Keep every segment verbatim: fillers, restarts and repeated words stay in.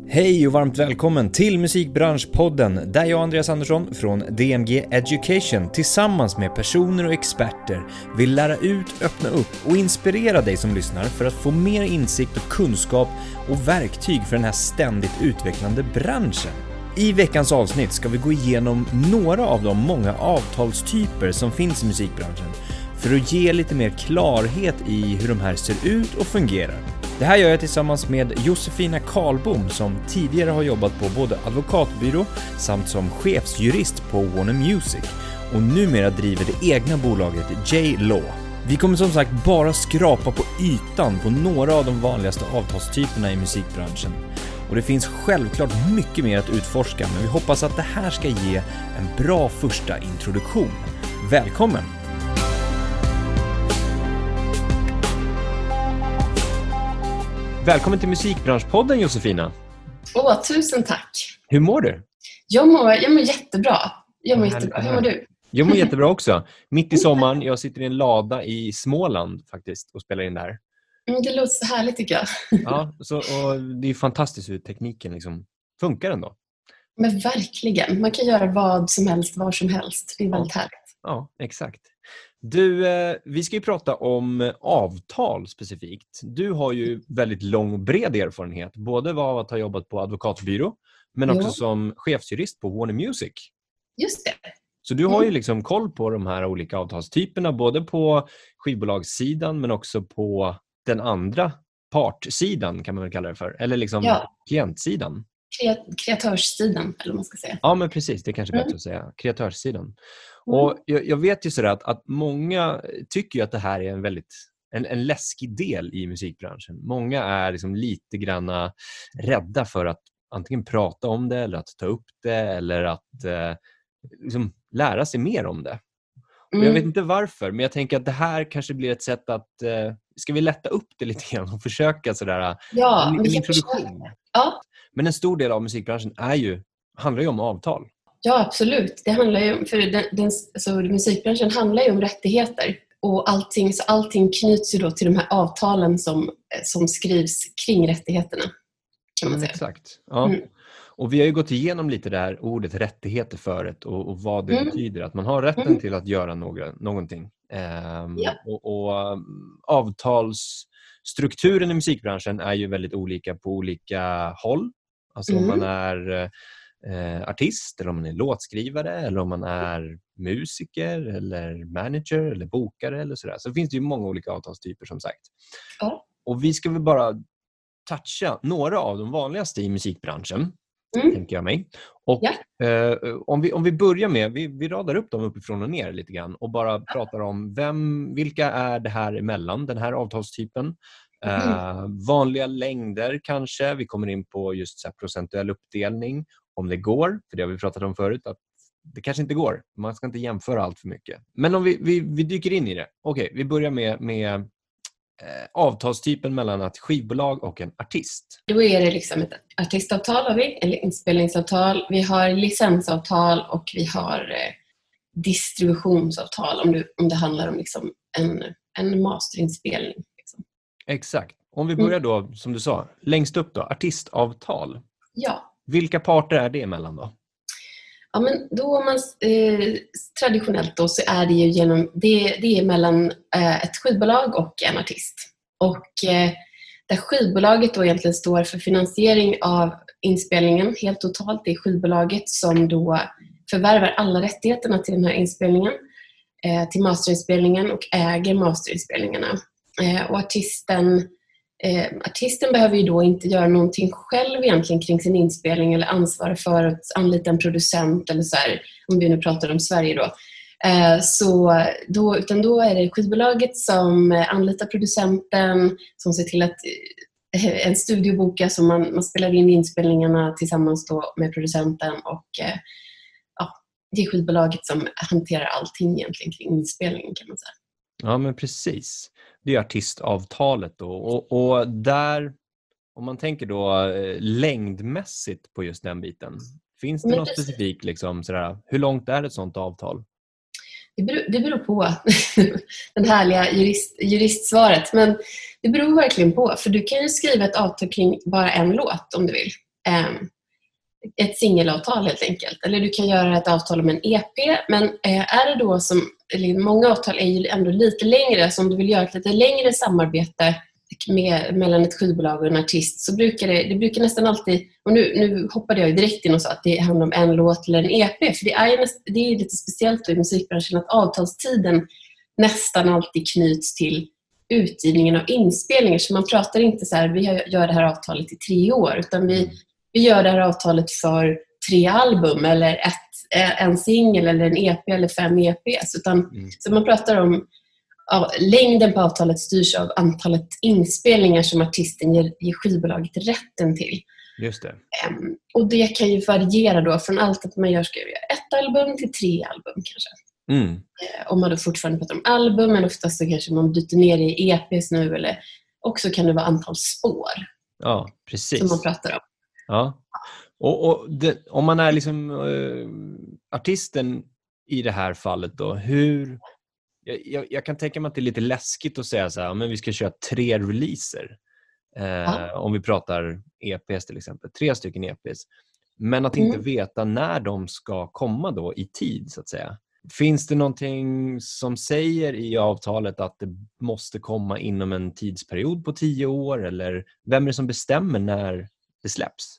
Hej och varmt välkommen till Musikbranschpodden där jag, Andreas Andersson från D M G Education, tillsammans med personer och experter vill lära ut, öppna upp och inspirera dig som lyssnar för att få mer insikt och kunskap och verktyg för den här ständigt utvecklande branschen. I veckans avsnitt ska vi gå igenom några av de många avtalstyper som finns i musikbranschen för att ge lite mer klarhet i hur de här ser ut och fungerar. Det här gör jag tillsammans med Josefina Karlbom som tidigare har jobbat på både advokatbyrå samt som chefsjurist på Warner Music och numera driver det egna bolaget J-Law. Vi kommer som sagt bara skrapa på ytan på några av de vanligaste avtalstyperna i musikbranschen. Och det finns självklart mycket mer att utforska, men vi hoppas att det här ska ge en bra första introduktion. Välkommen! Välkommen till Musikbranschpodden, Josefina. Åh, tusen tack. Hur mår du? Jag mår, jag mår jättebra. Jag mår jättebra. Hur mår du? Jag mår jättebra också. Mitt i sommaren, jag sitter i en lada i Småland faktiskt och spelar in där. Mm, det låter så härligt tycker jag. Ja, så, och det är fantastiskt hur tekniken liksom funkar ändå. Men verkligen. Man kan göra vad som helst, var som helst. Det är väldigt ja. härligt. Ja, exakt. Du, eh, vi ska ju prata om avtal specifikt. Du har ju väldigt lång och bred erfarenhet, både av att ha jobbat på advokatbyrå, men också jo. som chefsjurist på Warner Music. Just det. Så du har ju liksom koll på de här olika avtalstyperna, både på skivbolagssidan men också på den andra partsidan kan man väl kalla det för. Eller liksom ja. klientsidan. Kreatörssidan, eller vad man ska säga. Ja, men precis. Det är kanske bättre mm. att säga. Kreatörssidan. Mm. Och jag, jag vet ju sådär att, att många tycker ju att det här är en väldigt en, en läskig del i musikbranschen. Många är liksom lite granna rädda för att antingen prata om det eller att ta upp det eller att eh, liksom lära sig mer om det. Och jag vet inte varför, men jag tänker att det här kanske blir ett sätt att eh, ska vi lätta upp det lite grann och försöka sådär ja, en, en introduktion. Ja. Men en stor del av musikbranschen är ju, handlar ju om avtal. Ja, absolut. Det handlar ju för den, den, alltså, musikbranschen handlar ju om rättigheter och allting, så allting knyts ju då till de här avtalen som, som skrivs kring rättigheterna. Kan man säga. Exakt. Ja. Mm. Och vi har ju gått igenom lite det här ordet rättigheter förut och, och vad det mm. betyder. Att man har rätten mm. till att göra några, någonting. Ehm, ja. Och, och um, avtalsstrukturen i musikbranschen är ju väldigt olika på olika håll. Alltså mm. om man är eh, artist eller om man är låtskrivare eller om man är musiker eller manager eller bokare eller sådär. Så finns det ju många olika avtalstyper som sagt. Ja. Och vi ska väl bara toucha några av de vanligaste i musikbranschen. Mm. Tänker jag mig. Och ja. eh, om, vi, om vi börjar med, vi, vi radar upp dem uppifrån och ner lite grann och bara pratar om vem, vilka är det här emellan, den här avtalstypen. Mm. Eh, vanliga längder kanske, vi kommer in på just så här procentuell uppdelning, om det går, för det har vi pratat om förut, att det kanske inte går, man ska inte jämföra allt för mycket. Men om vi, vi, vi dyker in i det, okej, vi börjar med, med Eh, avtalstypen mellan ett skivbolag och en artist. Då är det liksom ett artistavtal har vi, eller inspelningsavtal. Vi har licensavtal och vi har eh, distributionsavtal om, du, om det handlar om liksom en, en masterinspelning. Liksom. Exakt. Om vi börjar då, som du sa, längst upp då, artistavtal. Ja. Vilka parter är det emellan då? Ja, men då man, eh, traditionellt då så är det ju genom, det, det är mellan eh, ett skivbolag och en artist. Och eh, där skivbolaget då egentligen står för finansiering av inspelningen helt totalt. Det är skivbolaget som då förvärvar alla rättigheterna till den här inspelningen, eh, till masterinspelningen och äger masterinspelningarna. Eh, och artisten Eh, artisten behöver ju då inte göra någonting själv egentligen kring sin inspelning eller ansvara för att anlita en producent eller så här, om vi nu pratar om Sverige då. Eh, så då, utan då är det skivbolaget som anlitar producenten, som ser till att eh, en studio bokas som man, man spelar in inspelningarna tillsammans då med producenten och eh, ja, det är skivbolaget som hanterar allting egentligen kring inspelningen kan man säga. Ja, men precis. Det är artistavtalet då. Och, och där, om man tänker då eh, längdmässigt på just den biten. Finns det men något precis. specifikt, liksom, sådär, hur långt är ett sådant avtal? Det beror, det beror på den härliga jurist, juristsvaret. Men det beror verkligen på. För du kan ju skriva ett avtal kring bara en låt om du vill. um, ett singelavtal helt enkelt. Eller du kan göra ett avtal om en E P. Men eh, är det då som, eller många avtal är ju ändå lite längre, så om du vill göra ett lite längre samarbete med, mellan ett skivbolag och en artist, så brukar det, det brukar nästan alltid, och nu, nu hoppade jag ju direkt in och sa att det handlar om en låt eller en E P, för det är ju näst, det är lite speciellt i musikbranschen att avtalstiden nästan alltid knyts till utgivningen av inspelningar, så man pratar inte så här, vi gör det här avtalet i tre år, utan vi, vi gör det här avtalet för tre album eller ett, en singel eller en E P eller fem E P:s, utan mm. så man pratar om ja, längden på avtalet styrs av antalet inspelningar som artisten ger, ger skivbolaget rätten till. Just det. Um, och det kan ju variera då från allt att man gör, ska göra ett album till tre album kanske. Mm. Uh, om man då fortfarande pratar om album, men oftast så kanske man byter ner i E P:s nu, eller också kan det vara antal spår. Ja, precis. Som man pratar om. Ja. Och, och det, om man är liksom uh, artisten i det här fallet då, hur... Jag, jag kan tänka mig att det är lite läskigt att säga så här, men vi ska köra tre releaser. Eh, ja. Om vi pratar E P:s till exempel. Tre stycken E P:s. Men att inte mm. veta när de ska komma då i tid så att säga. Finns det någonting som säger i avtalet att det måste komma inom en tidsperiod på tio år? Eller vem är det som bestämmer när det släpps?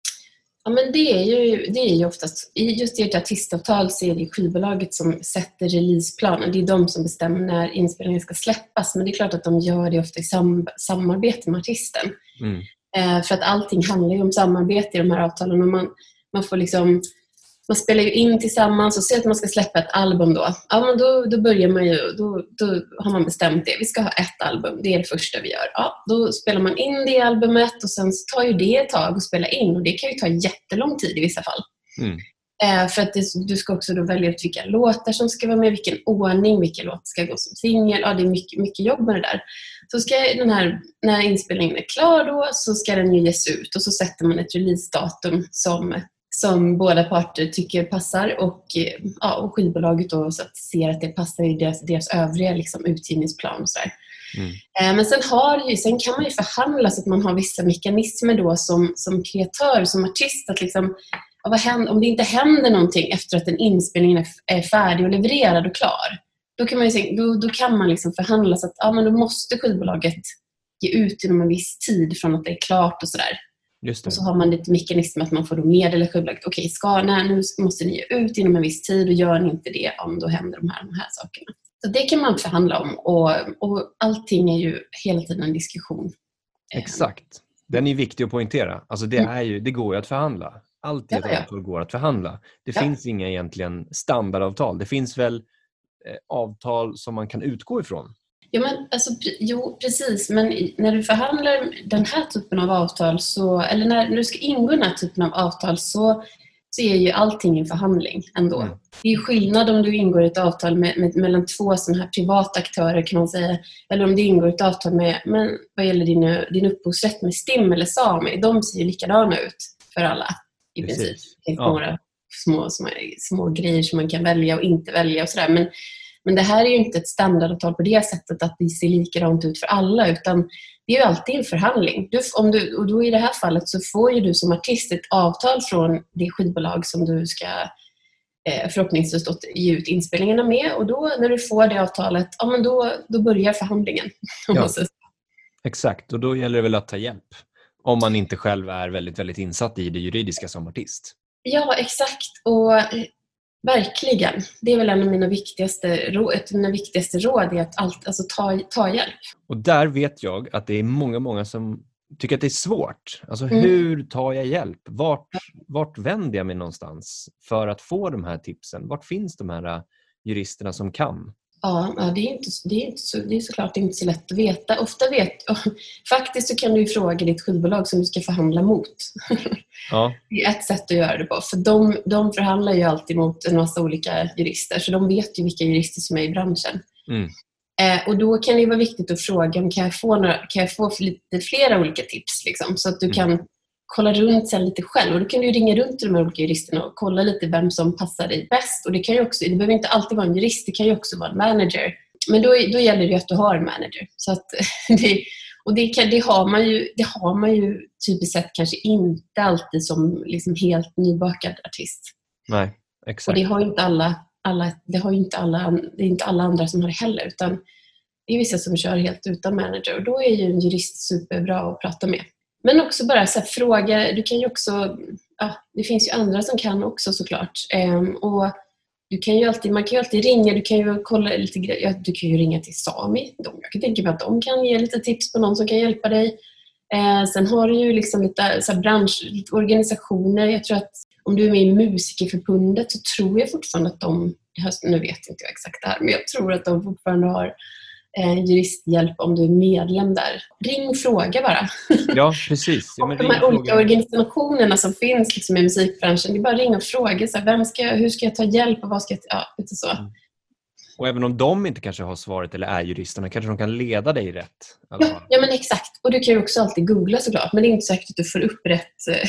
Ja, men det är ju, det är ju oftast, just i ett artistavtal så är det skivbolaget som sätter releaseplanen. Det är de som bestämmer när inspelningen ska släppas, men det är klart att de gör det ofta i sam, samarbete med artisten. Mm. Eh, för att allting handlar ju om samarbete i de här avtalen, och man, man får liksom, man spelar ju in tillsammans och ser att man ska släppa ett album då. Ja, men då, då börjar man ju, då, då har man bestämt det. Vi ska ha ett album, det är det första vi gör. Ja, då spelar man in det albumet och sen tar ju det ett tag att spela in, och det kan ju ta jättelång tid i vissa fall. Mm. Eh, för att det, du ska också då välja ut vilka låtar som ska vara med, vilken ordning, vilka låtar ska gå som singel. Ja, det är mycket, mycket jobb med det där. Så ska den här, när inspelningen är klar då, så ska den ju ges ut, och så sätter man ett releasedatum som som båda parter tycker passar, och, ja, och skivbolaget då så att ser att det passar i deras, deras övriga liksom, utgivningsplan och så där. Mm. Eh, men sen, har ju, sen kan man ju förhandla så att man har vissa mekanismer då som, som kreatör, som artist, att liksom, ja, vad händer, om det inte händer någonting efter att en inspelning är, är färdig och levererad och klar, då kan man, ju, då, då kan man liksom förhandla så att ja, men då måste skivbolaget ge ut inom en viss tid från att det är klart och sådär. Just det. Och så har man lite mekanism att man får då meddela skivbolaget, okej, ska, nej, nu måste ni ge ut inom en viss tid, och gör ni inte det, om då händer de här, de här sakerna. Så det kan man förhandla om, och, och allting är ju hela tiden en diskussion. Exakt. Den är viktig att poängtera. Alltså det, är ju, det går ju att förhandla. Allt i ett avtal går att förhandla. Det ja. finns inga egentligen standardavtal. Det finns väl eh, avtal som man kan utgå ifrån. Ja, men alltså, jo, precis. Men när du förhandlar den här typen av avtal, så, eller när, när du ska ingå den här typen av avtal, så, så är ju allting en förhandling ändå. Mm. Det är ju skillnad om du ingår ett avtal med, med, mellan två sådana här privata aktörer, kan man säga, eller om du ingår ett avtal med, med vad gäller din, din upphovsrätt med Stim eller Sami. De ser ju likadana ut för alla i precis. princip. Det är ja. några små, små, små grejer som man kan välja och inte välja och sådär, men Men det här är ju inte ett standardavtal på det sättet att det ser likadant ut för alla, utan det är ju alltid en förhandling. Du, om du, och då i det här fallet så får ju du som artist ett avtal från det skivbolag som du ska eh, förhoppningsvis ge ut inspelningarna med, och då när du får det avtalet, ja, men då, då börjar förhandlingen. Ja, exakt, och då gäller det väl att ta hjälp om man inte själv är väldigt, väldigt insatt i det juridiska som artist. Ja, exakt, och verkligen. Det är väl en av mina viktigaste, ett av mina viktigaste råd, är att allt, alltså ta, ta hjälp. Och där vet jag att det är många, många som tycker att det är svårt. Alltså mm. hur tar jag hjälp? Vart, vart vänder jag mig någonstans för att få de här tipsen? Vart finns de här juristerna som kan? Ja, det är, inte, det, är inte så, det är såklart inte så lätt att veta. Ofta vet, faktiskt så kan du ju fråga ditt skivbolag som du ska förhandla mot. Ja. Det är ett sätt att göra det på. För de, de förhandlar ju alltid mot en massa olika jurister. Så de vet ju vilka jurister som är i branschen. Mm. Eh, och då kan det vara viktigt att fråga om kan jag få, några, kan jag få lite flera olika tips. Liksom, så att du mm. kan kolla runt sen lite själv. Och då kan du ringa runt till de här olika juristerna och kolla lite vem som passar dig bäst. Och det kan ju också, det behöver inte alltid vara en jurist, det kan ju också vara en manager. Men då, då gäller det ju att du har en manager. Så att det, Och det, kan, det, har man ju, det har man ju typiskt sett kanske inte alltid som liksom helt nybakad artist. Nej, exakt. Och det har ju inte alla, alla, det har ju inte alla, det är inte alla andra som har det heller, utan det är vissa som kör helt utan manager, och då är ju en jurist superbra att prata med. Men också bara så här, fråga, du kan ju också, ja, det finns ju andra som kan också såklart. Ehm, och du kan ju alltid, man kan ju alltid ringa, du kan ju kolla lite grejer, du kan ju ringa till Sami. De, jag kan tänka mig att de kan ge lite tips på någon som kan hjälpa dig. Ehm, sen har du ju liksom lite så här bransch, lite organisationer. Jag tror att om du är med i Musikerförbundet så tror jag fortfarande att de, nu vet inte jag exakt det här, men jag tror att de fortfarande har Eh, juristhjälp om du är medlem där. Ring och fråga bara. Ja, precis. Ja, och de här olika organisationerna som finns liksom i musikbranschen, det är bara ring och fråga. Så här, vem ska, hur ska jag ta hjälp och vad ska jag... Ja, lite så. Mm. Och även om de inte kanske har svaret eller är juristerna, kanske de kan leda dig rätt. Ja, ja, men exakt. Och du kan ju också alltid googla såklart. Men det är inte säkert att du får upp rätt,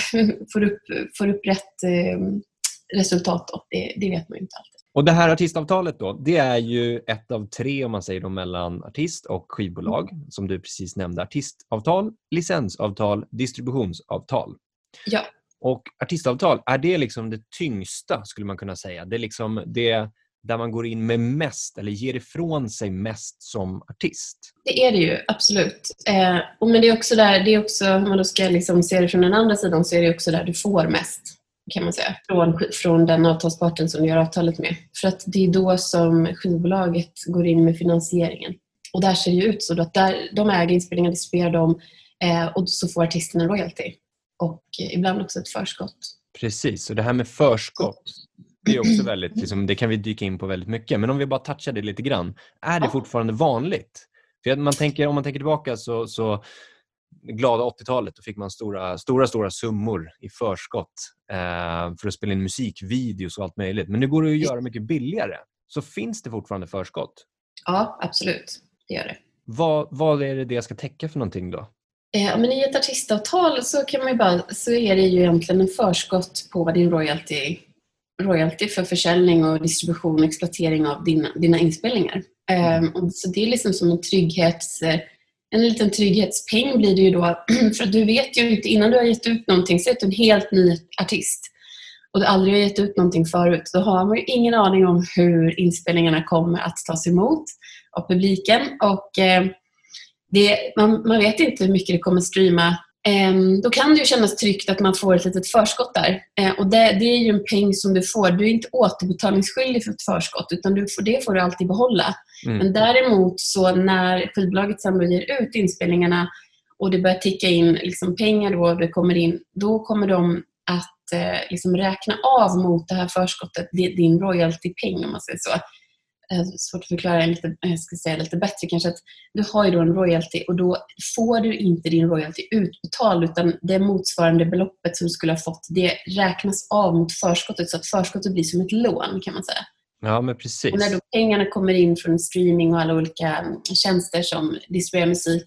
får upp, får upp rätt eh, resultat. Och det, det vet man ju inte alltid. Och det här artistavtalet då, det är ju ett av tre, om man säger då, mellan artist och skivbolag, mm. som du precis nämnde. Artistavtal, licensavtal, distributionsavtal. Ja. Och artistavtal, är det liksom det tyngsta, skulle man kunna säga? Det är liksom det där man går in med mest eller ger ifrån sig mest som artist? Det är det ju, absolut. Eh, och men det är också där, det är också, om man då ska liksom se det från den andra sidan, så är det också där du får mest, kan man säga, från, från den avtalsparten som du gör avtalet med. För att det är då som skivbolaget går in med finansieringen. Och där ser det ju ut så att där, de äger inspelningar, distribuerar dem, eh, och så får artisten en royalty. Och eh, ibland också ett förskott. Precis, och det här med förskott, det är också väldigt, liksom, det kan vi dyka in på väldigt mycket. Men om vi bara touchar det lite grann, är det fortfarande vanligt? För man tänker, om man tänker tillbaka så... så glada åttiotalet, då fick man stora, stora, stora summor i förskott eh, för att spela in musikvideos och allt möjligt. Men nu går det att göra mycket billigare. Så finns det fortfarande förskott? Ja, absolut. Det gör det. Vad, vad är det det ska täcka för någonting då? Eh, men i ett artistavtal så, kan man ju bara, så är det ju egentligen en förskott på din royalty, royalty för försäljning och distribution och exploatering av dina, dina inspelningar. Eh, och så det är liksom som en trygghets... En liten trygghetspeng blir det ju då, för att du vet ju inte, innan du har gett ut någonting, så är du en helt ny artist och du aldrig har gett ut någonting förut, då har man ju ingen aning om hur inspelningarna kommer att tas emot av publiken, och eh, det, man, man vet inte hur mycket det kommer streama. Eh, då kan det ju kännas tryggt att man får ett litet förskott där, eh, och det, det är ju en peng som du får. Du är inte återbetalningsskyldig för ett förskott, utan du får, det får du alltid behålla. Mm. Men däremot så när skivbolaget sen ger ut inspelningarna och det börjar ticka in liksom pengar då, och det kommer in, då kommer de att eh, liksom räkna av mot det här förskottet din royaltypeng, om man säger så. Eh, svårt att förklara lite, jag ska säga lite bättre kanske, att du har ju då en royalty och då får du inte din royalty utbetald, utan det motsvarande beloppet som du skulle ha fått, det räknas av mot förskottet, så att förskottet blir som ett lån, kan man säga. Ja, men precis. Och när då pengarna kommer in från streaming och alla olika tjänster som distribuerar musik,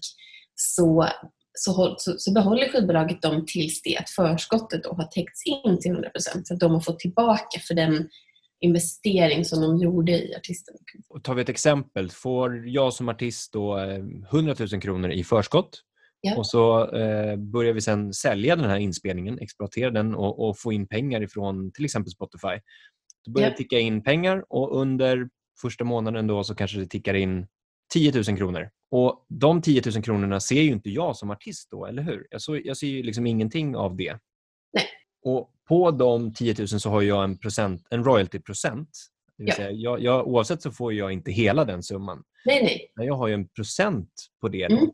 så, så, så, så behåller skivbolaget dem tills det att förskottet då har täckts in till hundra procent, så att de har fått tillbaka för den investering som de gjorde i artisten. Och tar vi ett exempel, får jag som artist då hundra tusen kronor i förskott, ja. Och så eh, börjar vi sedan sälja den här inspelningen, exploatera den och, och få in pengar ifrån till exempel Spotify. Då börjar det ja. ticka in pengar, och under första månaden då så kanske det tickar in tio tusen kronor. Och de tio tusen kronorna ser ju inte jag som artist då, eller hur? Jag, så, jag ser ju liksom ingenting av det. Nej. Och på de tio tusen så har jag en, procent, en royalty-procent. Det vill ja. säga, jag, jag, oavsett så får jag inte hela den summan. Nej, nej. Men jag har ju en procent på det då. Mm.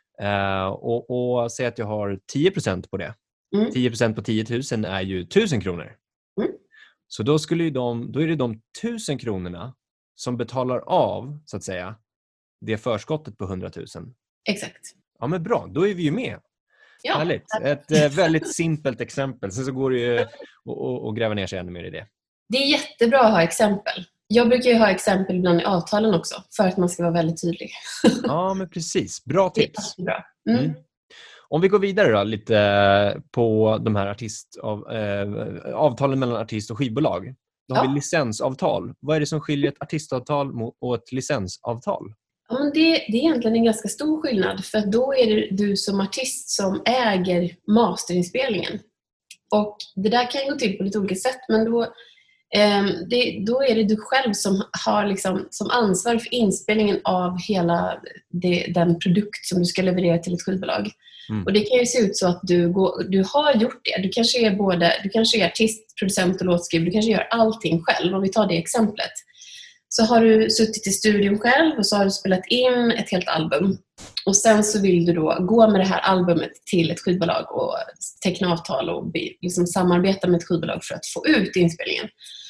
Uh, och, och säg att jag har tio procent på det. Mm. tio procent på tio tusen är ju tusen kronor. Mm. Så då, skulle ju de, då är det de tusen kronorna som betalar av, så att säga, det förskottet på hundratusen. Exakt. Ja, men bra. Då är vi ju med. Ja. Härligt. Ett eh, väldigt simpelt exempel. Sen så går det ju att gräva ner sig ännu mer i det. Det är jättebra att ha exempel. Jag brukar ju ha exempel ibland i avtalen också, för att man ska vara väldigt tydlig. Ja, men precis. Bra tips. Det är bra. Mm. Mm. Om vi går vidare då, lite på de här artist av, eh, avtalen mellan artist och skivbolag. Då har ja. vi licensavtal. Vad är det som skiljer ett artistavtal och ett licensavtal? Ja, men det, det är egentligen en ganska stor skillnad, för att då är det du som artist som äger masterinspelningen. Och det där kan gå till på lite olika sätt, men då, eh, det, då är det du själv som har liksom, som ansvar för inspelningen av hela det, den produkt som du ska leverera till ett skivbolag. Mm. Och det kan ju se ut så att du, går, du har gjort det. Du kanske är både du kanske är artist, producent och låtskrivare. Du kanske gör allting själv. Om vi tar det exemplet. Så har du suttit i studion själv och så har du spelat in ett helt album. Och sen så vill du då gå med det här albumet till ett skivbolag och teckna avtal och liksom samarbeta med ett skivbolag för att få ut inspelningen.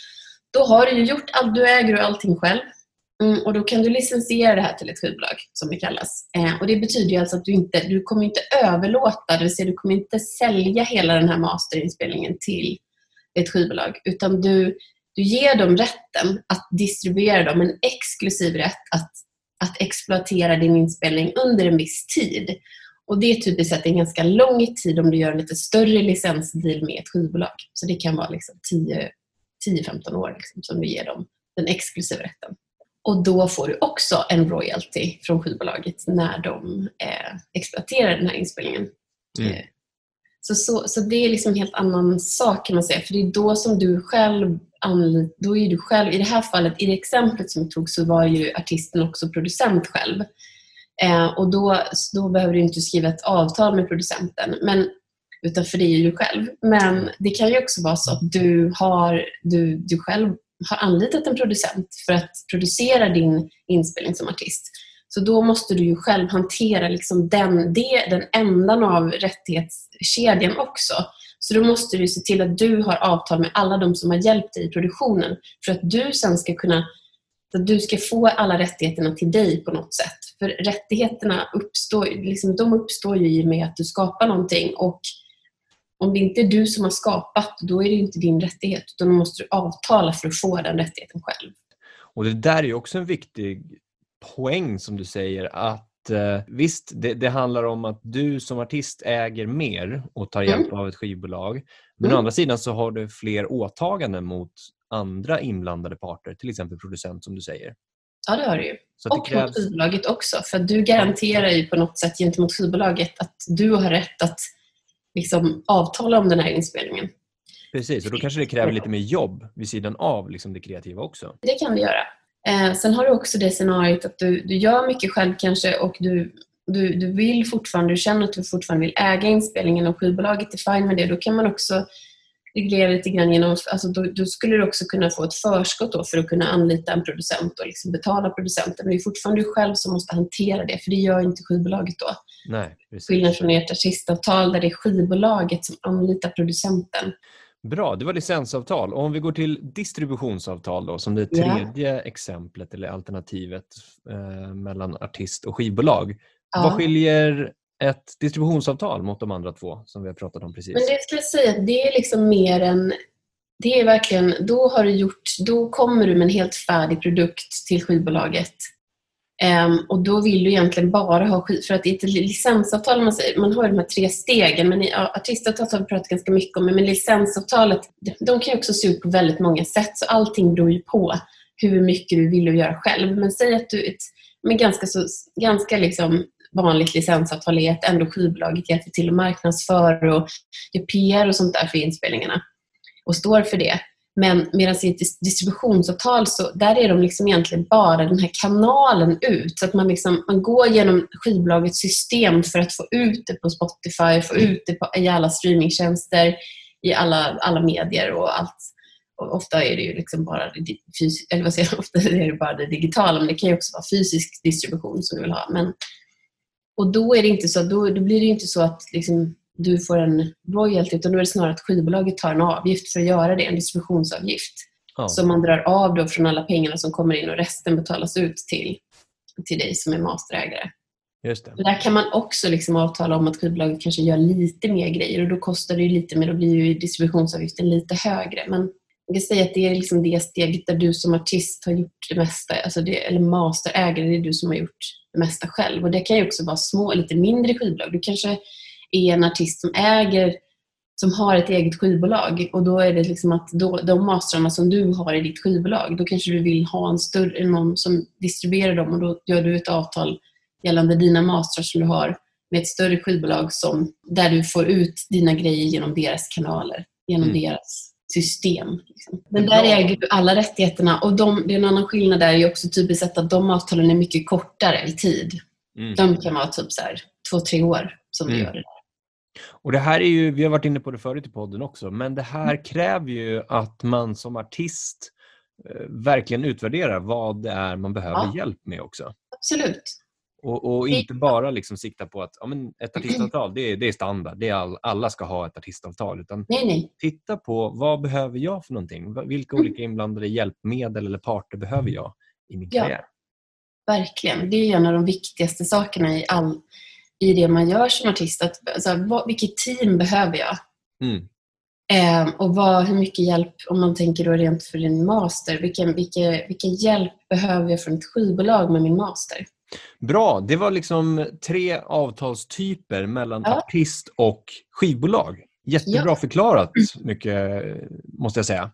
Då har du ju gjort allt, du äger allting själv. Mm, och då kan du licensiera det här till ett skivbolag, som det kallas. Eh, och det betyder ju alltså att du inte du kommer inte överlåta, det vill säga du kommer inte sälja hela den här masterinspelningen till ett skivbolag, utan du Du ger dem rätten att distribuera dem, en exklusiv rätt att, att exploatera din inspelning under en viss tid. Och det är typiskt sett en ganska lång tid om du gör en lite större licensdeal med ett skivbolag. Så det kan vara liksom tio till femton år liksom, som du ger dem den exklusiva rätten. Och då får du också en royalty från skivbolaget när de eh, exploaterar den här inspelningen. Mm. Eh, så, så, så det är liksom en helt annan sak kan man säga. För det är då som du själv då är du själv, i det här fallet, i det exemplet som jag tog, så var ju artisten också producent själv. Eh, och då, då behöver du inte skriva ett avtal med producenten, men, utan för det är ju du själv. Men det kan ju också vara så att du, har, du, du själv har anlitat en producent för att producera din inspelning som artist. Så då måste du ju själv hantera liksom den, det, den ändan av rättighetskedjan också. Så då måste du se till att du har avtal med alla de som har hjälpt dig i produktionen, för att du sen ska kunna, att du ska få alla rättigheterna till dig på något sätt. För rättigheterna uppstår, liksom, de uppstår ju i och med att du skapar någonting, och om det inte är du som har skapat, då är det inte din rättighet, utan då måste du avtala för att få den rättigheten själv. Och det där är ju också en viktig poäng som du säger, att Uh, visst, det, det handlar om att du som artist äger mer och tar hjälp mm. av ett skivbolag. Men mm. å andra sidan så har du fler åtaganden mot andra inblandade parter, till exempel producent som du säger. Ja, det har du ju. Så och krävs... mot skivbolaget också. För du garanterar ju på något sätt gentemot skivbolaget att du har rätt att liksom avtala om den här inspelningen. Precis, och då kanske det kräver lite mer jobb vid sidan av liksom det kreativa också. Det kan det göra. Eh, sen har du också det scenariot att du, du gör mycket själv kanske, och du, du, du vill fortfarande, du känner att du fortfarande vill äga inspelningen, och skivbolaget är fine med det. Då kan man också reglera lite grann genom, alltså då, då skulle du också kunna få ett förskott då för att kunna anlita en producent och liksom betala producenten. Men det är fortfarande du själv som måste hantera det, för det gör inte skivbolaget då. Nej, precis. Skillnad från ert artistavtal där det är skivbolaget som anlitar producenten. Bra, det var licensavtal. Och om vi går till distributionsavtal då, som det tredje yeah. exemplet eller alternativet eh, mellan artist och skivbolag. Ja. Vad skiljer ett distributionsavtal mot de andra två som vi har pratat om precis? Men det skulle jag säga att det är liksom mer än, det är verkligen, då har du gjort, då kommer du med en helt färdig produkt till skivbolaget. Um, och då vill du egentligen bara ha skiv, för att det är ett licensavtal, man säger, man har de här tre stegen, men i artistavtalet har vi pratat ganska mycket om, men licensavtalet, de kan ju också se ut på väldigt många sätt, så allting beror ju på hur mycket du vill göra själv. Men säg att du, ett, men ganska, så, ganska liksom vanligt licensavtal är att ändå skivbolaget hjälper till att marknadsföra och gör P R och sånt där för inspelningarna och står för det. Men medan i ett distributionsavtal så där är de liksom egentligen bara den här kanalen ut. Så att man, liksom, man går genom skivbolagets system för att få ut det på Spotify, få ut det på, i alla streamingtjänster, i alla, alla medier och allt. Och ofta är det ju liksom bara det fysiskt, eller vad säger jag, ofta är det bara det digitala, men det kan ju också vara fysisk distribution som du vill ha. Men, och då är det inte så, då, då blir det inte så att liksom du får en royalty, utan då är det snarare att skivbolaget tar en avgift för att göra det, en distributionsavgift. Ja. Som man drar av då från alla pengarna som kommer in, och resten betalas ut till, till dig som är masterägare. Just det. Där kan man också liksom avtala om att skivbolaget kanske gör lite mer grejer, och då kostar det ju lite mer, då blir ju distributionsavgiften lite högre. Men jag kan säga att det är liksom det steget där du som artist har gjort det mesta, alltså det, eller masterägare, det är du som har gjort det mesta själv. Och det kan ju också vara små, lite mindre skivbolag. Du kanske är en artist som äger som har ett eget skivbolag, och då är det liksom att då, de masterna som du har i ditt skivbolag, då kanske du vill ha en större, någon som distribuerar dem, och då gör du ett avtal gällande dina mastrar som du har med ett större skivbolag som, där du får ut dina grejer genom deras kanaler, genom mm. deras system. Liksom. Men där äger du alla rättigheterna, och de, det är en annan skillnad där är ju också typiskt sett att de avtalen är mycket kortare i tid. Mm. De kan vara typ så här två, tre år som mm. du gör det där. Och det här är ju, vi har varit inne på det förut i podden också, men det här mm. kräver ju att man som artist eh, verkligen utvärderar vad det är man behöver ja. hjälp med också. Absolut. Och, och inte bara liksom sikta på att ja, men ett artistavtal, det är, det är standard. Det är all, alla ska ha ett artistavtal. Utan nej, nej. titta på vad behöver jag för någonting? Vilka mm. olika inblandade hjälpmedel eller parter behöver jag i min ja, karriär? Verkligen. Det är en av de viktigaste sakerna i, all, i det man gör som artist. Att, alltså, vad, vilket team behöver jag? Mm. Eh, och vad, hur mycket hjälp, om man tänker då rent för din master, vilken, vilken, vilken hjälp behöver jag från ett skivbolag med min master? Bra, det var liksom tre avtalstyper mellan ja. artist och skivbolag. Jättebra ja. förklarat, mycket måste jag säga.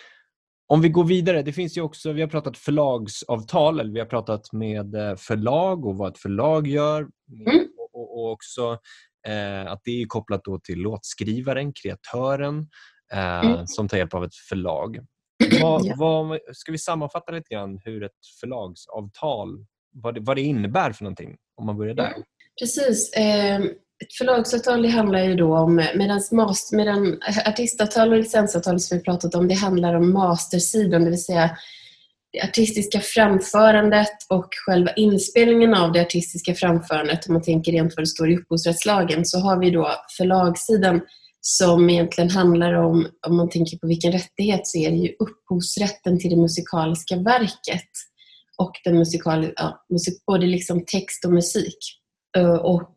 Om vi går vidare, det finns ju också, vi har pratat förlagsavtal, eller vi har pratat med förlag och vad ett förlag gör. Mm. Och, och också eh, att det är kopplat då till låtskrivaren, kreatören, eh, mm. som tar hjälp av ett förlag. Vad, ja. vad, ska vi sammanfatta lite grann hur ett förlagsavtal, vad det, vad det innebär för någonting, om man börjar där? Precis. Eh, ett förlagsavtal, det handlar ju då om, medan, master, medan artistavtal och licensavtal som vi pratat om, det handlar om mastersidan, det vill säga det artistiska framförandet och själva inspelningen av det artistiska framförandet. Om man tänker rent vad det står i upphovsrättslagen, så har vi då förlagssidan som egentligen handlar om, om man tänker på vilken rättighet, så är det ju upphovsrätten till det musikaliska verket. Och den musikal, ja, musik, både liksom text och musik. Och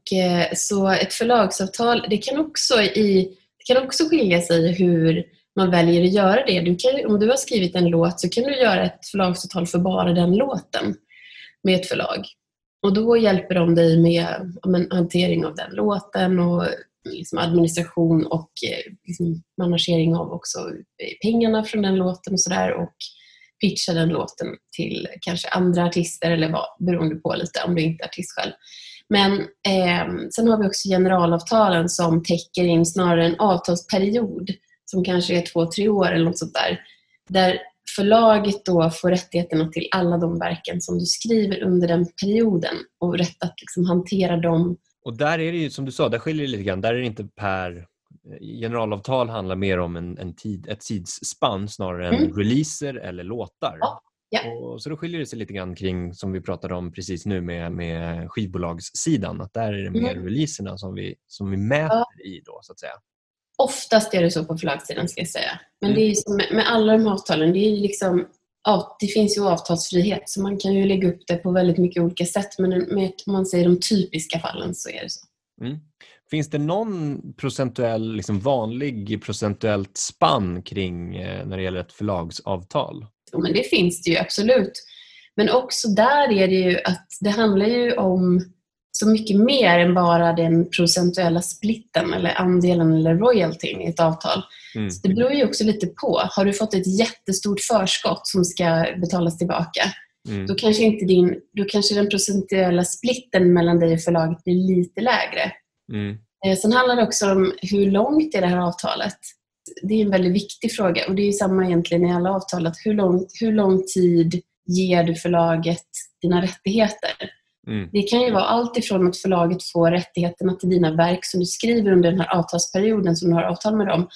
så ett förlagsavtal, det kan också, i, det kan också skilja sig i hur man väljer att göra det. Du kan, om du har skrivit en låt, så kan du göra ett förlagsavtal för bara den låten med ett förlag. Och då hjälper de dig med en hantering av den låten och liksom administration och liksom managering av också pengarna från den låten och sådär, och pitcha den låten till kanske andra artister eller vad, beroende på lite om du inte är artist själv. Men eh, sen har vi också generalavtalen som täcker in snarare en avtalsperiod som kanske är två, tre år eller något sånt där. Där förlaget då får rättigheterna till alla de verken som du skriver under den perioden och rätt att liksom hantera dem. Och där är det ju, som du sa, där skiljer det lite grann. Där är det inte per... Generalavtal handlar mer om en, en tid, ett tidsspann snarare än mm. releaser eller låtar. Ja. Ja. Och så då skiljer det sig lite grann kring, som vi pratade om precis nu med, med skivbolagssidan, att där är det mer mm. releaserna som vi, som vi mäter ja. i då, så att säga. Oftast är det så på förlagssidan, ska jag säga. Men mm. det är som med, med alla de avtalen, det är ju liksom, ja, det finns ju avtalsfrihet, så man kan ju lägga upp det på väldigt mycket olika sätt, men med, om man säger de typiska fallen så är det så. Mm. Finns det någon procentuell, liksom vanlig procentuellt spann kring eh, när det gäller ett förlagsavtal? Jo, men det finns det ju absolut. Men också där är det ju att det handlar ju om så mycket mer än bara den procentuella splitten eller andelen eller royaltyn i ett avtal. Mm. Så det beror ju också lite på. Har du fått ett jättestort förskott som ska betalas tillbaka, mm. då kanske inte din, då kanske den procentuella splitten mellan dig och förlaget blir lite lägre. Mm. Sen handlar det också om hur långt är det här avtalet. Det är en väldigt viktig fråga, och det är ju samma egentligen i alla avtal, att hur lång, hur lång tid ger du förlaget dina rättigheter? Mm. Det kan ju vara allt ifrån att förlaget får rättigheterna till dina verk som du skriver under den här avtalsperioden som du har avtal med dem,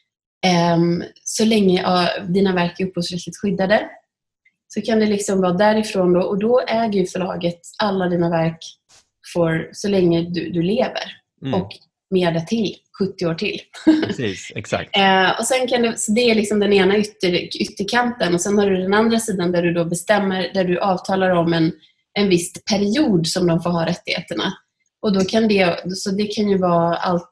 um, så länge uh, dina verk är upphovsrättsligt skyddade, så kan det liksom vara därifrån då, och då äger ju förlaget alla dina verk för så länge du, du lever. Mm. Och mer det till, sjuttio år till. Precis, exakt. eh, och sen kan det, så det är liksom den ena ytter, ytterkanten, och sen har du den andra sidan där du då bestämmer, där du avtalar om en, en viss period som de får ha rättigheterna. Och då kan det, så det kan ju vara allt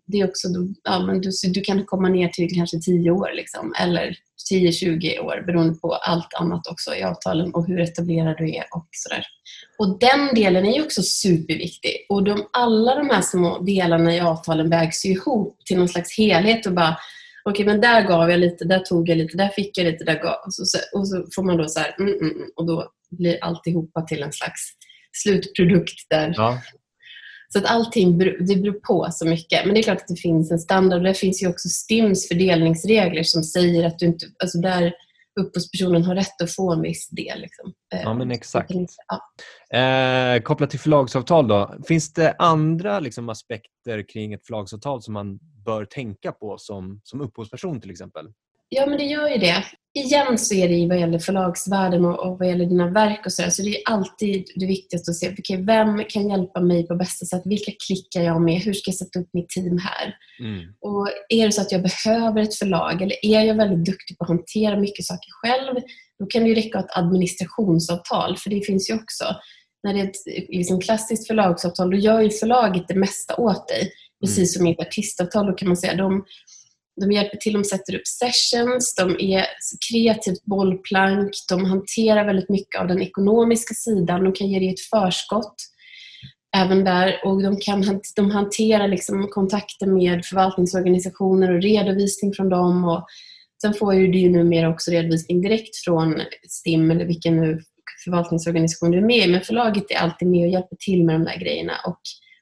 det är också, ja, men du, du kan komma ner till kanske tio år liksom, eller tio till tjugo år beroende på allt annat också i avtalen och hur etablerad du är och sådär. Och den delen är ju också superviktig. Och de, alla de här små delarna i avtalen vägs ju ihop till någon slags helhet och bara, okej, okay, men där gav jag lite, där tog jag lite, där fick jag lite, där gav och så, och så får man då så här, mm, mm, och då blir alltihopa till en slags slutprodukt där. Ja. Så att allting det beror på så mycket. Men det är klart att det finns en standard. Det finns ju också Stims fördelningsregler som säger att du inte, alltså där upphovspersonen har rätt att få en viss del. Liksom. Ja, men exakt. Ja. Eh, kopplat till förlagsavtal då. Finns det andra liksom, aspekter kring ett förlagsavtal som man bör tänka på som, som upphovsperson till exempel? Ja, men det gör ju det. Igen så är det ju vad gäller förlagsvärlden och, och vad gäller dina verk och sådär. Så det är alltid det viktigaste att se, okay, vem kan hjälpa mig på bästa sätt? Vilka klickar jag med? Hur ska jag sätta upp mitt team här? Mm. Och är det så att jag behöver ett förlag eller är jag väldigt duktig på att hantera mycket saker själv, då kan det ju räcka ett administrationsavtal, för det finns ju också. När det är ett liksom, klassiskt förlagsavtal, då gör ju förlaget det mesta åt dig. Precis mm. som i ett artistavtal, då kan man säga de De hjälper till, de sätter upp sessions, de är kreativt bollplank, de hanterar väldigt mycket av den ekonomiska sidan, de kan ge dig ett förskott även där och de, kan, de hanterar liksom kontakter med förvaltningsorganisationer och redovisning från dem och sen får ju du ju numera också redovisning direkt från Stim eller vilken nu förvaltningsorganisation du är med i, men förlaget är alltid med och hjälper till med de där grejerna och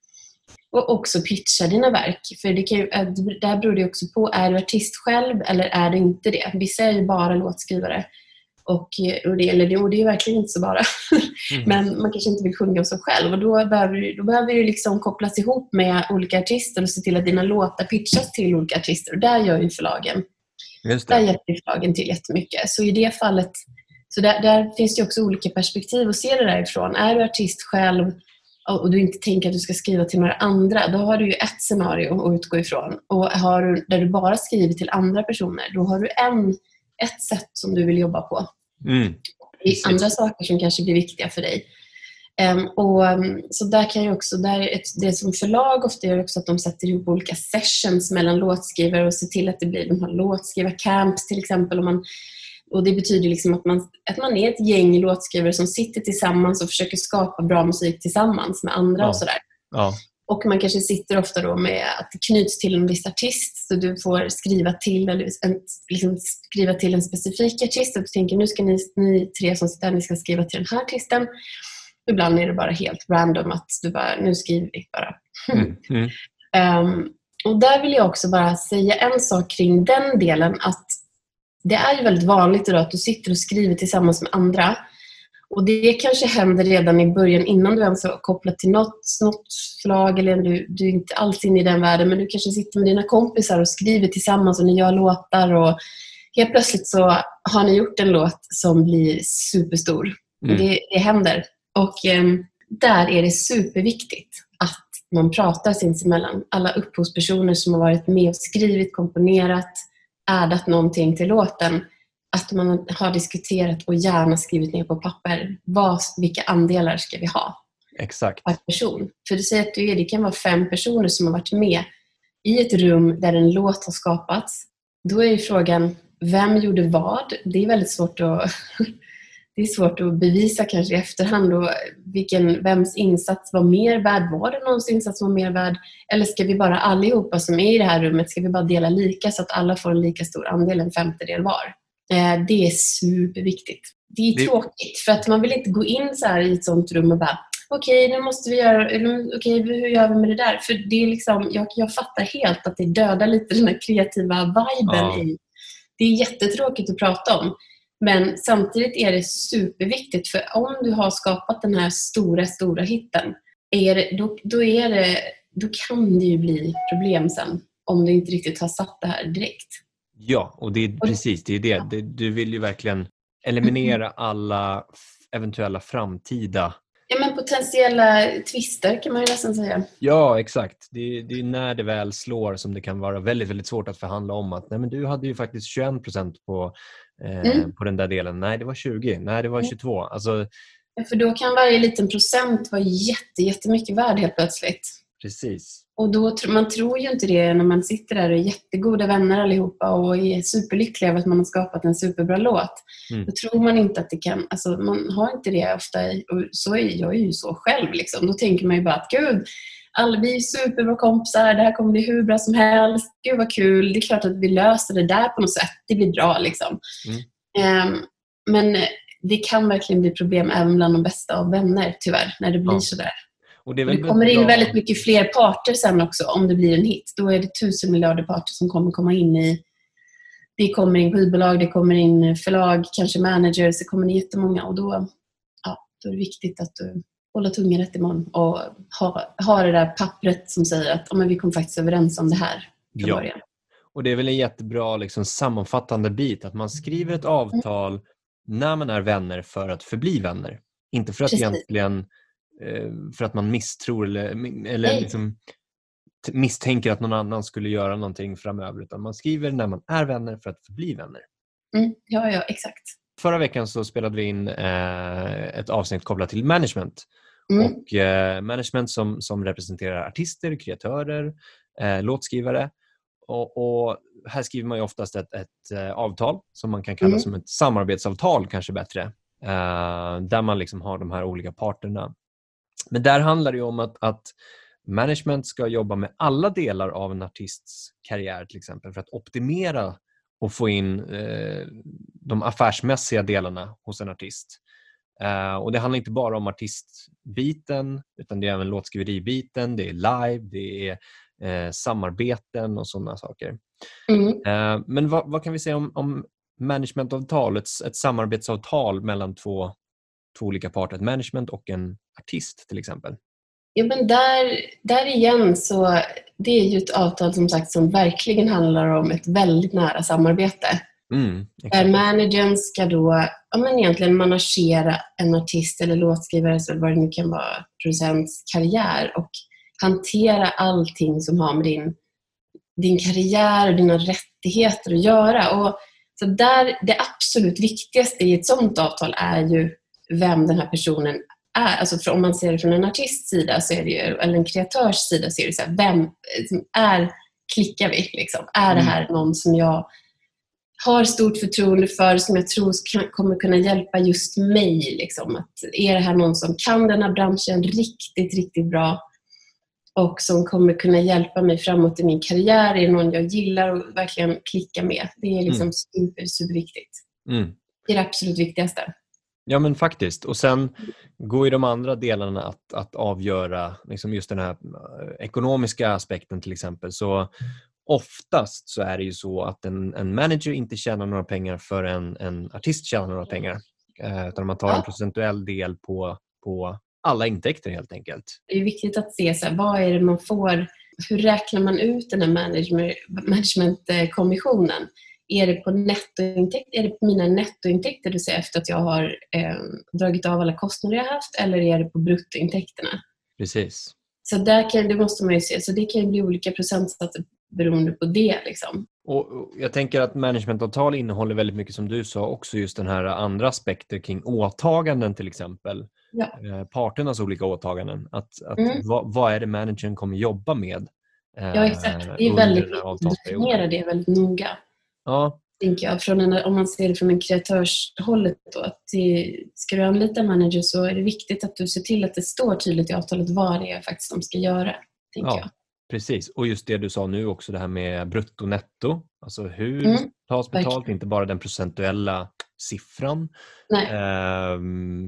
Och också pitcha dina verk. För det, kan ju, det här beror det också på, är du artist själv eller är du inte det? Vissa är ju bara låtskrivare. Och, och, det, eller det, och det är verkligen inte så bara. Mm. Men man kanske inte vill sjunga om sig själv. Och då behöver, då behöver du liksom kopplas ihop med olika artister och se till att dina låtar pitchas till olika artister. Och där gör ju förlagen. Just det. Där hjälper förlagen till jättemycket. Så i det fallet, så där, där finns det också olika perspektiv att se det därifrån. Är du artist själv och du inte tänker att du ska skriva till några andra, då har du ju ett scenario att utgå ifrån. Och har du, där du bara skriver till andra personer, då har du en, ett sätt som du vill jobba på. Mm. Det är andra saker som kanske blir viktiga för dig. Um, och, um, så där kan ju också, där ett, det som förlag ofta gör också att de sätter ihop olika sessions mellan låtskrivare och ser till att det blir de här låtskrivarcamps till exempel. Om man Och det betyder liksom att man, att man är ett gäng låtskrivare som sitter tillsammans och försöker skapa bra musik tillsammans med andra ja. och sådär. Ja. Och man kanske sitter ofta då med att det knyts till en viss artist, så du får skriva till, eller en, liksom skriva till en specifik artist och du tänker nu ska ni, ni tre som sitter här, ni ska skriva till den här artisten. Ibland är det bara helt random att du bara, nu skriver vi bara. Mm. Mm. um, och där vill jag också bara säga en sak kring den delen, att det är ju väldigt vanligt idag att du sitter och skriver tillsammans med andra. Och det kanske händer redan i början innan du ens har kopplat till något, något förlag eller du, du är inte alls inne i den världen, men du kanske sitter med dina kompisar och skriver tillsammans och ni gör låtar och helt plötsligt så har ni gjort en låt som blir superstor. Mm. Det, det händer. Och eh, där är det superviktigt att man pratar sinsemellan. Alla upphovspersoner som har varit med och skrivit, komponerat, addat någonting till låten, att man har diskuterat och gärna skrivit ner på papper vad, vilka andelar ska vi ha. Exakt. Per person. För du säger att du är, det kan vara fem personer som har varit med i ett rum där en låt har skapats. Då är ju frågan, vem gjorde vad? Det är väldigt svårt att det är svårt att bevisa kanske i efterhand då, vilken, vems insats var mer värd. Var det någons insats som var mer värd? Eller ska vi bara allihopa som är i det här rummet, ska vi bara dela lika så att alla får en lika stor andel, en femtedel var? Eh, det är superviktigt. Det är det... tråkigt för att man vill inte gå in så här i ett sånt rum och bara okej, okay, nu måste vi göra, okej, okay, hur gör vi med det där? För det är liksom, jag, jag fattar helt att det dödar lite den här kreativa viben ja. i. Det är jättetråkigt att prata om. Men samtidigt är det superviktigt, för om du har skapat den här stora, stora hitten, är det, då, då, är det, då kan det ju bli problem sen om du inte riktigt har satt det här direkt. Ja, och det är precis det är det. det du vill ju verkligen eliminera alla eventuella framtida... Ja, men potentiella twister kan man ju nästan säga. Ja, exakt. Det, det är när det väl slår som det kan vara väldigt, väldigt svårt att förhandla om att nej, men du hade ju faktiskt tjugoen procent på, eh, mm. på den där delen. Nej, det var tjugo. Nej, det var tjugotvå. Alltså... Ja, för då kan varje liten procent vara jätte, jättemycket värd helt plötsligt. Precis. Och då, man tror ju inte det när man sitter där och är jättegoda vänner allihopa och är superlyckliga över att man har skapat en superbra låt. Mm. Då tror man inte att det kan, alltså man har inte det ofta, och så är jag ju så själv liksom. Då tänker man ju bara att gud, alla vi är superbra kompisar, det här kommer bli hur bra som helst, gud vad kul, det är klart att vi löser det där på något sätt, det blir bra liksom. Mm. Um, men det kan verkligen bli problem även bland de bästa av vänner tyvärr, när det blir ja. sådär. Och det, det kommer in bra. väldigt mycket fler parter sen också om det blir en hit. Då är det tusen miljarder parter som kommer komma in i. Det kommer in skivbolag, det kommer in förlag, kanske managers, det kommer in jättemånga. Och då, ja, då är det viktigt att du håller tungan rätt i mun och ha, ha det där pappret som säger att oh, men vi kommer faktiskt överens om det här från ja. början. Och det är väl en jättebra liksom, sammanfattande bit att man skriver ett avtal mm. när man är vänner för att förbli vänner. Inte för att Precis. egentligen för att man misstror eller, eller liksom misstänker att någon annan skulle göra någonting framöver, utan man skriver när man är vänner för att förbli vänner. Mm, ja, ja, exakt. Förra veckan så spelade vi in eh, ett avsnitt kopplat till management. Mm. Och eh, management som, som representerar artister, kreatörer, eh, låtskrivare. Och, och här skriver man ju oftast ett, ett eh, avtal som man kan kalla mm. som ett samarbetsavtal, kanske bättre. Eh, där man liksom har de här olika parterna. Men där handlar det ju om att, att management ska jobba med alla delar av en artists karriär till exempel för att optimera och få in eh, de affärsmässiga delarna hos en artist. Eh, och det handlar inte bara om artistbiten, utan det är även låtskriveribiten, det är live, det är eh, samarbeten och sådana saker. Mm. Eh, men vad, vad kan vi säga om, om managementavtal, ett, ett samarbetsavtal mellan två två olika parter, ett management och en artist till exempel? Ja, men där, där igen så det är ju ett avtal som sagt som verkligen handlar om ett väldigt nära samarbete. Mm, där managern ska då ja, men egentligen managera en artist eller låtskrivare eller vad det nu kan vara, producents karriär och hantera allting som har med din, din karriär och dina rättigheter att göra. Och så där, det absolut viktigaste i ett sådant avtal är ju vem den här personen är. Alltså för om man ser det från en artists sida så är det ju, eller en kreatörs sida så är det så här, vem är, klickar vi liksom? Är det här någon som jag har stort förtroende för, som jag tror kan, kommer kunna hjälpa just mig liksom? Att är det här någon som kan den här branschen riktigt, riktigt bra och som kommer kunna hjälpa mig framåt i min karriär? Är det någon jag gillar och verkligen klicka med? Det är liksom mm. super, superviktigt. Mm. Det är det absolut viktigaste. Ja, men faktiskt. Och sen går ju de andra delarna att, att avgöra liksom just den här ekonomiska aspekten till exempel. Så oftast så är det ju så att en, en manager inte tjänar några pengar för en, en artist tjänar några pengar. Eh, utan man tar en procentuell del på, på alla intäkter helt enkelt. Det är viktigt att se så här, vad är det man får, hur räknar man ut den här management, managementkommissionen? Är det på nettointäkt, är det på mina nettointäkter du säger efter att jag har eh, dragit av alla kostnader jag haft, eller är det på bruttointäkterna? Precis. Så där kan, det måste man ju se. Så det kan ju bli olika procentsatser beroende på det. Liksom. Och, och jag tänker att managementavtal innehåller väldigt mycket som du sa, också just den här andra aspekter kring åtaganden till exempel. Ja. Eh, parternas olika åtaganden. Att, att mm. vad, vad är det managern kommer jobba med? Eh, ja, exakt. Det är väldigt viktigt att definiera det väldigt noga. Ja. Tänker jag, från en, om man ser det från en kreatörshållet då, att det, ska du anlita manager så är det viktigt att du ser till att det står tydligt i avtalet vad det är faktiskt de ska göra, tänker ja, jag. Precis, och just det du sa nu också, det här med brutto netto, alltså hur mm, tas betalt, verkligen. Inte bara den procentuella siffran. Nej. Eh,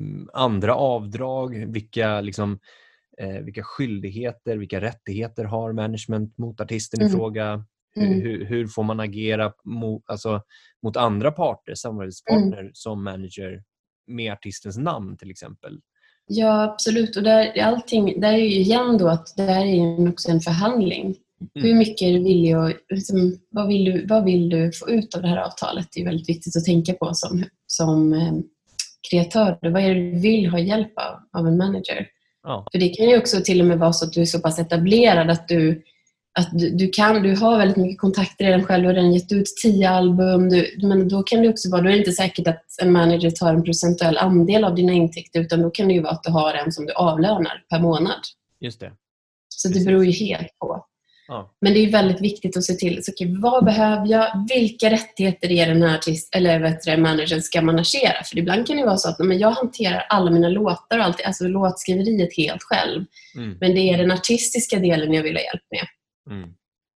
andra avdrag, vilka liksom eh, vilka skyldigheter, vilka rättigheter har management mot artisten mm. i fråga. Mm. Hur, hur får man agera mot, alltså, mot andra parter, samarbetspartner mm. som manager med artistens namn till exempel? Ja, absolut. Och där, allting, där är ju igen då att det här är också en förhandling. Mm. Hur mycket är du villig att, liksom, vad, vill du, vad vill du få ut av det här avtalet? Det är väldigt viktigt att tänka på som, som eh, kreatör. Vad är det du vill ha hjälp av, av en manager? Ja. För det kan ju också till och med vara så att du är så pass etablerad att du att du, du kan, du har väldigt mycket kontakter redan själv och redan gett ut tio album. Du, men då kan det också vara, då är det inte säkert att en manager tar en procentuell andel av dina intäkter, utan då kan det ju vara att du har en som du avlönar per månad. Just det. Så det beror ju helt på. Ja. Men det är ju väldigt viktigt att se till, så, okay, vad behöver jag? Vilka rättigheter är den här artist, eller vet du, managern ska managera? För ibland kan det vara så att men jag hanterar alla mina låtar och allt, alltså låtskriveriet helt själv. Mm. Men det är den artistiska delen jag vill ha hjälp med. Mm.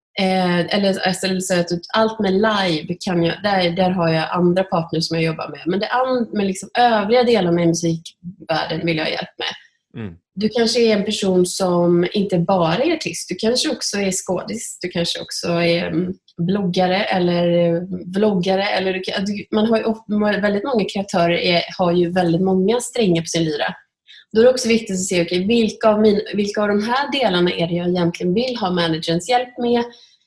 Eh, eller alltså, så att allt med live kan jag, där, där har jag andra partners som jag jobbar med. Men det an, med liksom övriga delarna i musikvärlden vill jag ha hjälp med. Mm. Du kanske är en person som inte bara är artist. Du kanske också är skådis. Du kanske också är bloggare eller vloggare. Eller du, man har ju, väldigt många kreatörer är, har ju väldigt många strängar på sin lyra. Då är det också viktigt att se okay, vilka, av min, vilka av de här delarna är det jag egentligen vill ha managerns hjälp med.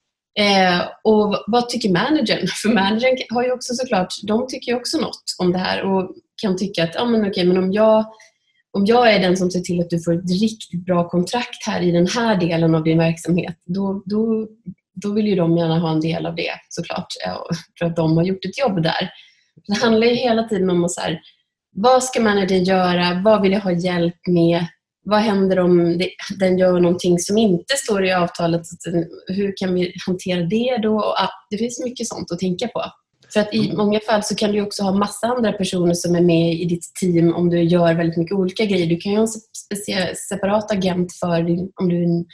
Eh, och vad tycker managern? För managern har ju också såklart, de tycker ju också något om det här och kan tycka att ah, men okej, men om jag Om jag är den som ser till att du får ett riktigt bra kontrakt här i den här delen av din verksamhet, då, då, då vill ju de gärna ha en del av det såklart, för att de har gjort ett jobb där. Det handlar ju hela tiden om att så här, vad ska managern göra? Vad vill jag ha hjälp med? Vad händer om det, den gör någonting som inte står i avtalet? Hur kan vi hantera det då? Och, ja, det finns mycket sånt att tänka på. För att i många fall så kan du också ha massa andra personer som är med i ditt team om du gör väldigt mycket olika grejer. Du kan ju ha en speciell, separat agent för din, om du är en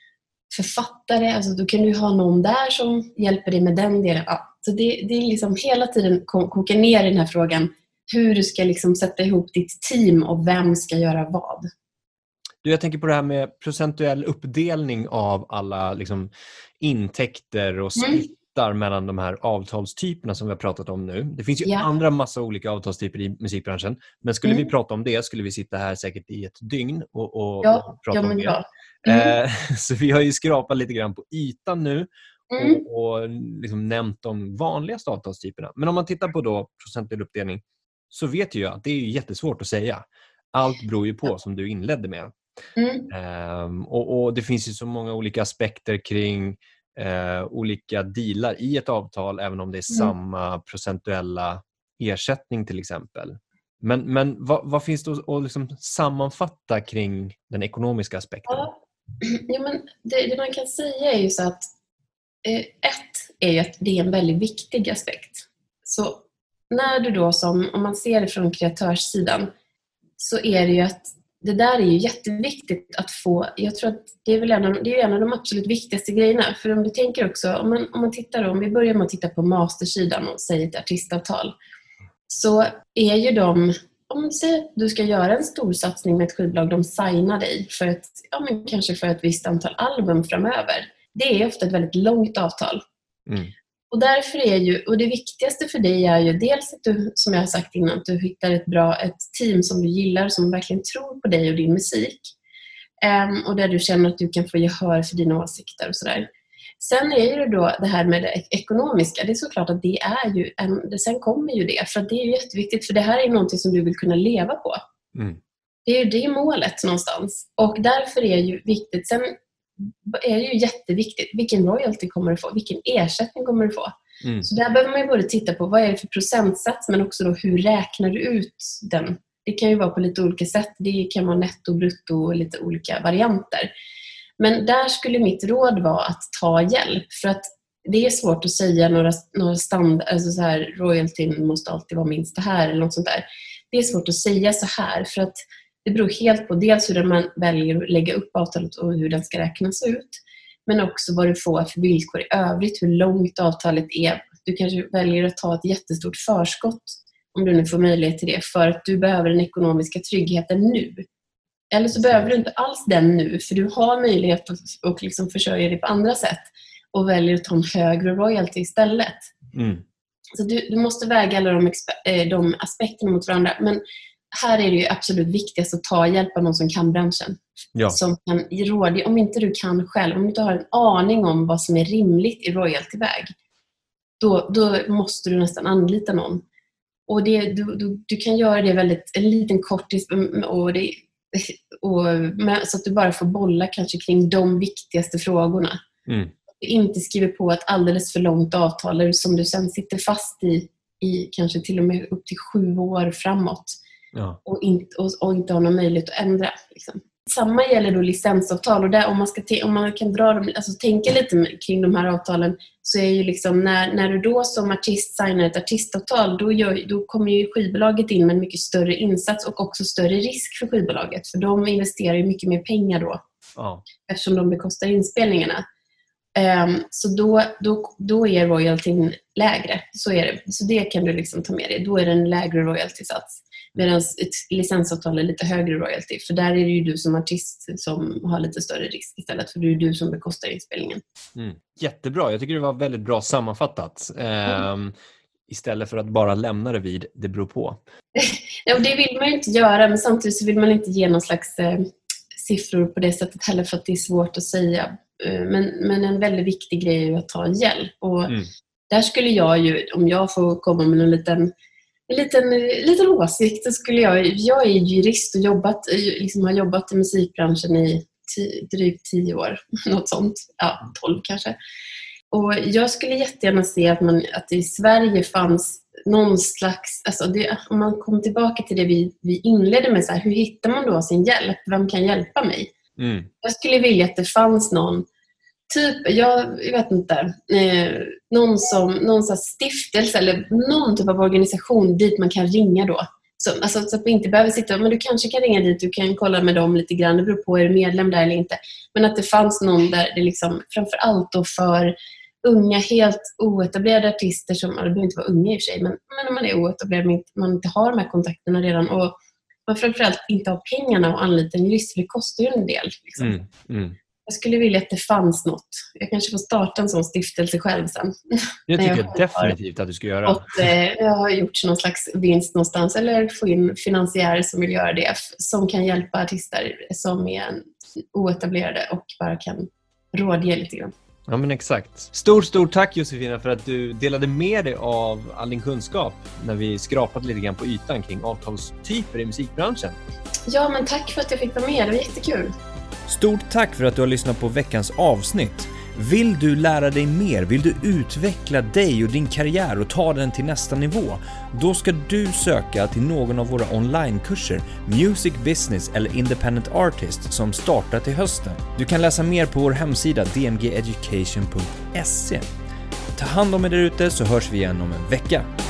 författare. Alltså då kan du ha någon där som hjälper dig med den delen. Ja, så det, det är liksom hela tiden koka ner i den här frågan hur du ska liksom sätta ihop ditt team och vem ska göra vad. Du, jag tänker på det här med procentuell uppdelning av alla liksom, intäkter och split. Mm. Mellan de här avtalstyperna som vi har pratat om nu. Det finns ju yeah. andra massa olika avtalstyper i musikbranschen. Men skulle mm. vi prata om det skulle vi sitta här säkert i ett dygn och, och, ja, och prata ja, om det. Mm. Eh, så vi har ju skrapat lite grann på ytan nu mm. och, och liksom nämnt de vanligaste avtalstyperna. Men om man tittar på då procentuell uppdelning så vet ju jag att det är jättesvårt att säga. Allt beror ju på ja. som du inledde med. Mm. Eh, och, och det finns ju så många olika aspekter kring Eh, olika dealar i ett avtal även om det är mm. samma procentuella ersättning till exempel. Men, men vad, vad finns det att, att liksom sammanfatta kring den ekonomiska aspekten? Ja, ja, men det, det man kan säga är ju så att eh, ett är ju att det är en väldigt viktig aspekt. Så när du då som, om man ser det från kreatörssidan så är det ju att det där är ju jätteviktigt att få, jag tror att det är väl en av, det är en av de absolut viktigaste grejerna. För om du tänker också, om man, om man tittar då, om vi börjar med att titta på mastersidan och säger ett artistavtal. Så är ju de, om du säger att du ska göra en stor satsning med ett skivbolag, de signar dig för ett, ja men kanske för ett visst antal album framöver. Det är ofta ett väldigt långt avtal. Mm. Och därför är ju, och det viktigaste för dig är ju dels att du, som jag har sagt innan, att du hittar ett bra ett team som du gillar, som verkligen tror på dig och din musik. Um, och där du känner att du kan få gehör för dina åsikter och sådär. Sen är ju då det här med det ekonomiska, det är såklart att det är ju, en, det, sen kommer ju det, för att det är ju jätteviktigt, för det här är någonting som du vill kunna leva på. Mm. Det är ju det målet någonstans. Och därför är ju viktigt, sen är det ju jätteviktigt vilken royalty kommer du få, vilken ersättning kommer du få. Mm. Så där behöver man ju både titta på vad är det för procentsats, men också då hur räknar du ut den. Det kan ju vara på lite olika sätt, det kan vara netto, brutto och lite olika varianter. Men där skulle mitt råd vara att ta hjälp, för att det är svårt att säga några, några standard, alltså så här, royaltyn måste alltid vara minst det här eller något sånt där. Det är svårt att säga så här, för att det beror helt på dels hur man väljer att lägga upp avtalet och hur den ska räknas ut. Men också vad du får för villkor i övrigt, hur långt avtalet är. Du kanske väljer att ta ett jättestort förskott om du nu får möjlighet till det, för att du behöver den ekonomiska tryggheten nu. Eller så behöver du inte alls den nu, för du har möjlighet att och liksom försörja dig på andra sätt och väljer att ta en högre royalty istället. Mm. Så du, du måste väga alla de, de aspekterna mot varandra. Men här är det ju absolut viktigast att ta hjälp av någon som kan branschen. Ja. Som kan råda. Om inte du kan själv, om du inte har en aning om vad som är rimligt i royaltyväg, då, då måste du nästan anlita någon. Och det, du, du, du kan göra det väldigt, en liten kortis och det, och, så att du bara får bolla kanske kring de viktigaste frågorna. Mm. Inte skriver på ett alldeles för långt avtal som du sen sitter fast i, i kanske till och med upp till sju år framåt. Ja. Och, inte, och, och inte har någon möjlighet att ändra. Liksom. samma gäller då licensavtal. Och där, om, man ska te- om man kan dra dem, alltså tänka lite kring de här avtalen, så är ju liksom när, när du då som artist signar ett artistavtal, då, gör, då kommer ju skivbolaget in med en mycket större insats och också större risk för skivbolaget. För de investerar ju mycket mer pengar då. Ja. Eftersom de bekostar inspelningarna. Um, så då, då, då är royaltyn lägre. Så är det. Så det kan du liksom ta med dig. Då är det en lägre royaltysats. Medan ett licensavtal är lite högre royalty. För där är det ju du som artist som har lite större risk istället. För det är du som bekostar inspelningen. Mm. Jättebra. Jag tycker det var väldigt bra sammanfattat. Mm. Um, istället för att bara lämna det vid det beror på. Ja, och det vill man ju inte göra. Men samtidigt så vill man inte ge någon slags eh, siffror på det sättet heller. För att det är svårt att säga. Men, men en väldigt viktig grej är ju att ta hjälp. Och mm. där skulle jag ju, om jag får komma med en liten, en liten, liten åsikt, så skulle jag, jag är jurist och jobbat, liksom har jobbat i musikbranschen i tio, drygt tio år. Något sånt. Ja, tolv kanske. Och jag skulle jättegärna se att, man, att det i Sverige fanns någon slags, alltså det, om man kommer tillbaka till det vi, vi inledde med, så här, hur hittar man då sin hjälp? Vem kan hjälpa mig? Mm. Jag skulle vilja att det fanns någon typ, jag vet inte, eh, någon som någon sån stiftelse eller någon typ av organisation dit man kan ringa då. Så, alltså, så att man inte behöver sitta, men du kanske kan ringa dit, du kan kolla med dem lite grann, det beror på, är du medlem där eller inte. Men att det fanns någon där det liksom, framförallt då för unga, helt oetablerade artister som, det behöver inte vara unga i och för sig, men, men när man är oetablerad, man inte har de här kontakterna redan och man framförallt inte har pengarna att anlita en jurist, för det kostar ju en del. Liksom. Mm, mm. Jag skulle vilja att det fanns något. Jag kanske får starta en sån stiftelse själv sen. Det tycker jag, jag definitivt att du ska göra. Och, eh, jag har gjort någon slags vinst någonstans, eller få in finansiärer som vill göra det, som kan hjälpa artister som är oetablerade och bara kan rådge lite grann. Ja, men exakt. Stort, stort tack Josefina för att du delade med dig av all din kunskap när vi skrapade lite grann på ytan kring avtalstyper i musikbranschen. Ja, men tack för att jag fick vara med. Det var jättekul. Stort tack för att du har lyssnat på veckans avsnitt. Vill du lära dig mer? Vill du utveckla dig och din karriär och ta den till nästa nivå? Då ska du söka till någon av våra onlinekurser, Music Business eller Independent Artist, som startar till hösten. Du kan läsa mer på vår hemsida d m g education punkt s e. Ta hand om er där ute, så hörs vi igen om en vecka.